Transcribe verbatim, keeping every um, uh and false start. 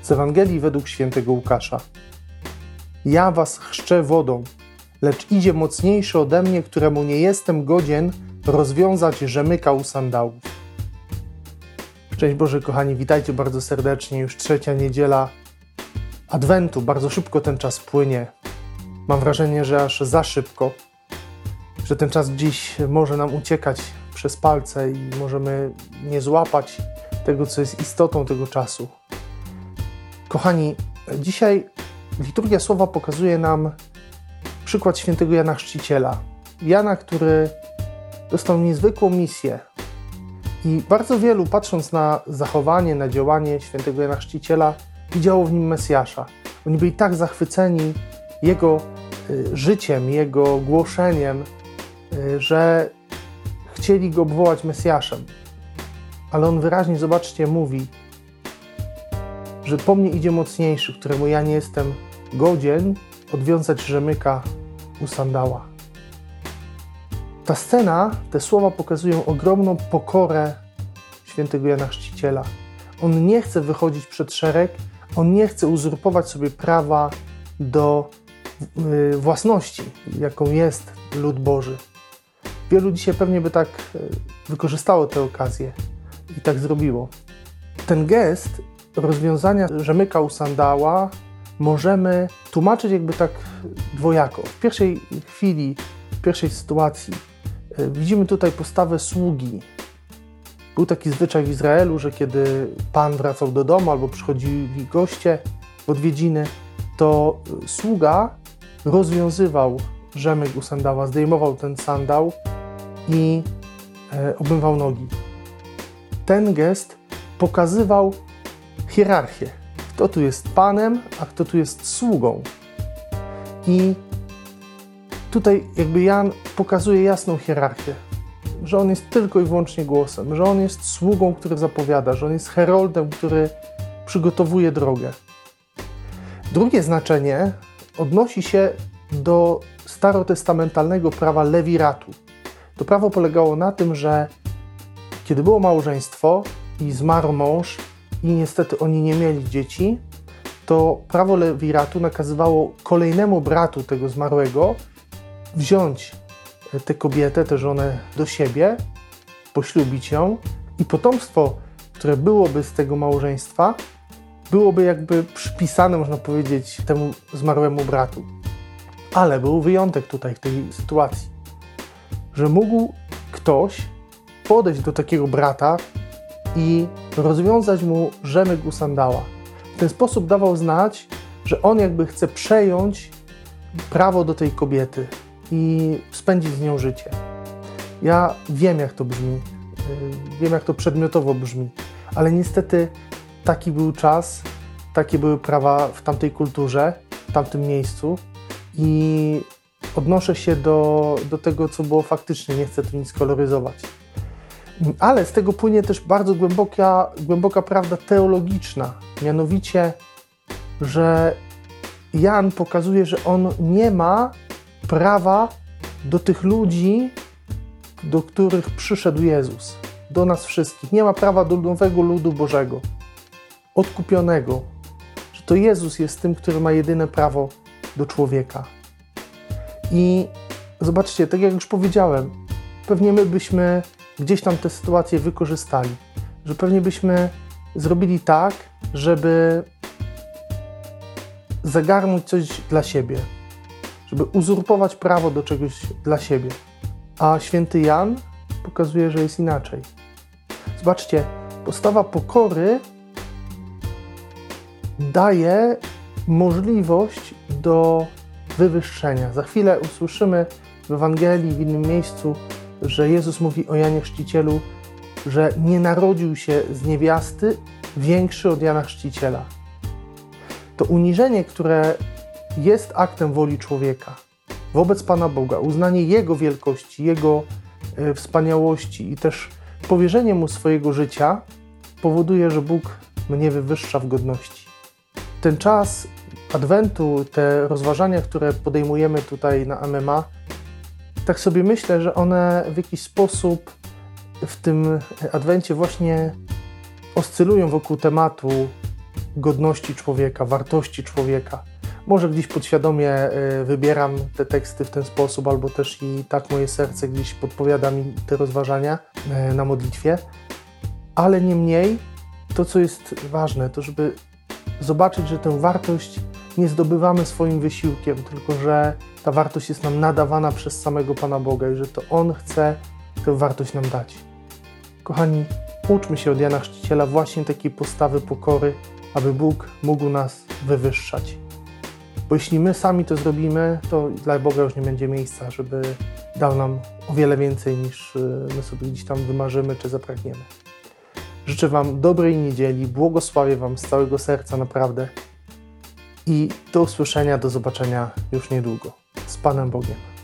Z Ewangelii według świętego Łukasza. Ja was chrzczę wodą, lecz idzie mocniejszy ode mnie, któremu nie jestem godzien rozwiązać rzemyka u sandałów. Szczęść Boże, kochani, witajcie bardzo serdecznie. Już trzecia niedziela Adwentu. Bardzo szybko ten czas płynie. Mam wrażenie, że aż za szybko, że ten czas gdzieś może nam uciekać przez palce i możemy nie złapać tego, co jest istotą tego czasu. Kochani, dzisiaj liturgia słowa pokazuje nam przykład świętego Jana Chrzciciela. Jana, który dostał niezwykłą misję. I bardzo wielu, patrząc na zachowanie, na działanie świętego Jana Chrzciciela, widziało w nim Mesjasza. Oni byli tak zachwyceni jego y, życiem, jego głoszeniem, y, że chcieli go obwołać Mesjaszem. Ale on wyraźnie, zobaczcie, mówi, że po mnie idzie mocniejszy, któremu ja nie jestem godzien odwiązać rzemyka u sandała. Ta scena, te słowa pokazują ogromną pokorę świętego Jana Chrzciciela. On nie chce wychodzić przed szereg, on nie chce uzurpować sobie prawa do y, własności, jaką jest lud Boży. Wielu dzisiaj pewnie by tak y, wykorzystało tę okazję i tak zrobiło. Ten gest rozwiązania rzemyka u sandała możemy tłumaczyć jakby tak dwojako. W pierwszej chwili, w pierwszej sytuacji y, widzimy tutaj postawę sługi. Był taki zwyczaj w Izraelu, że kiedy Pan wracał do domu albo przychodzili goście w odwiedziny, to sługa rozwiązywał rzemyk u sandała, zdejmował ten sandał i e, obmywał nogi. Ten gest pokazywał hierarchię. Kto tu jest Panem, a kto tu jest sługą. I tutaj jakby Jan pokazuje jasną hierarchię, że on jest tylko i wyłącznie głosem, że on jest sługą, który zapowiada, że on jest heroldem, który przygotowuje drogę. Drugie znaczenie odnosi się do starotestamentalnego prawa lewiratu. To prawo polegało na tym, że kiedy było małżeństwo i zmarł mąż i niestety oni nie mieli dzieci, to prawo lewiratu nakazywało kolejnemu bratu tego zmarłego wziąć tę kobietę, tę żonę do siebie, poślubić ją i potomstwo, które byłoby z tego małżeństwa, byłoby jakby przypisane, można powiedzieć, temu zmarłemu bratu. Ale był wyjątek tutaj w tej sytuacji, że mógł ktoś podejść do takiego brata i rozwiązać mu rzemyk u sandała. W ten sposób dawał znać, że on jakby chce przejąć prawo do tej kobiety i spędzić z nią życie. Ja wiem, jak to brzmi, wiem, jak to przedmiotowo brzmi, ale niestety taki był czas, takie były prawa w tamtej kulturze, w tamtym miejscu i odnoszę się do, do tego, co było faktycznie, nie chcę tu nic koloryzować. Ale z tego płynie też bardzo głęboka, głęboka prawda teologiczna, mianowicie, że Jan pokazuje, że on nie ma prawa do tych ludzi, do których przyszedł Jezus, do nas wszystkich. Nie ma prawa do nowego ludu Bożego, odkupionego, że to Jezus jest tym, który ma jedyne prawo do człowieka. I zobaczcie, tak jak już powiedziałem, pewnie my byśmy gdzieś tam tę sytuację wykorzystali, że pewnie byśmy zrobili tak, żeby zagarnąć coś dla siebie, żeby uzurpować prawo do czegoś dla siebie. A święty Jan pokazuje, że jest inaczej. Zobaczcie, postawa pokory daje możliwość do wywyższenia. Za chwilę usłyszymy w Ewangelii, w innym miejscu, że Jezus mówi o Janie Chrzcicielu, że nie narodził się z niewiasty większy od Jana Chrzciciela. To uniżenie, które jest aktem woli człowieka wobec Pana Boga, uznanie Jego wielkości, Jego e, wspaniałości i też powierzenie Mu swojego życia powoduje, że Bóg mnie wywyższa w godności. Ten czas Adwentu, te rozważania, które podejmujemy tutaj na M M A, tak sobie myślę, że one w jakiś sposób w tym Adwencie właśnie oscylują wokół tematu godności człowieka, wartości człowieka. Może gdzieś podświadomie y, wybieram te teksty w ten sposób, albo też i tak moje serce gdzieś podpowiada mi te rozważania y, na modlitwie. Ale niemniej to, co jest ważne, to żeby zobaczyć, że tę wartość nie zdobywamy swoim wysiłkiem, tylko że ta wartość jest nam nadawana przez samego Pana Boga i że to On chce tę wartość nam dać. Kochani, uczmy się od Jana Chrzciciela właśnie takiej postawy pokory, aby Bóg mógł nas wywyższać. Bo jeśli my sami to zrobimy, to dla Boga już nie będzie miejsca, żeby dał nam o wiele więcej niż my sobie gdzieś tam wymarzymy czy zapragniemy. Życzę Wam dobrej niedzieli, błogosławię Wam z całego serca naprawdę i do usłyszenia, do zobaczenia już niedługo. Z Panem Bogiem.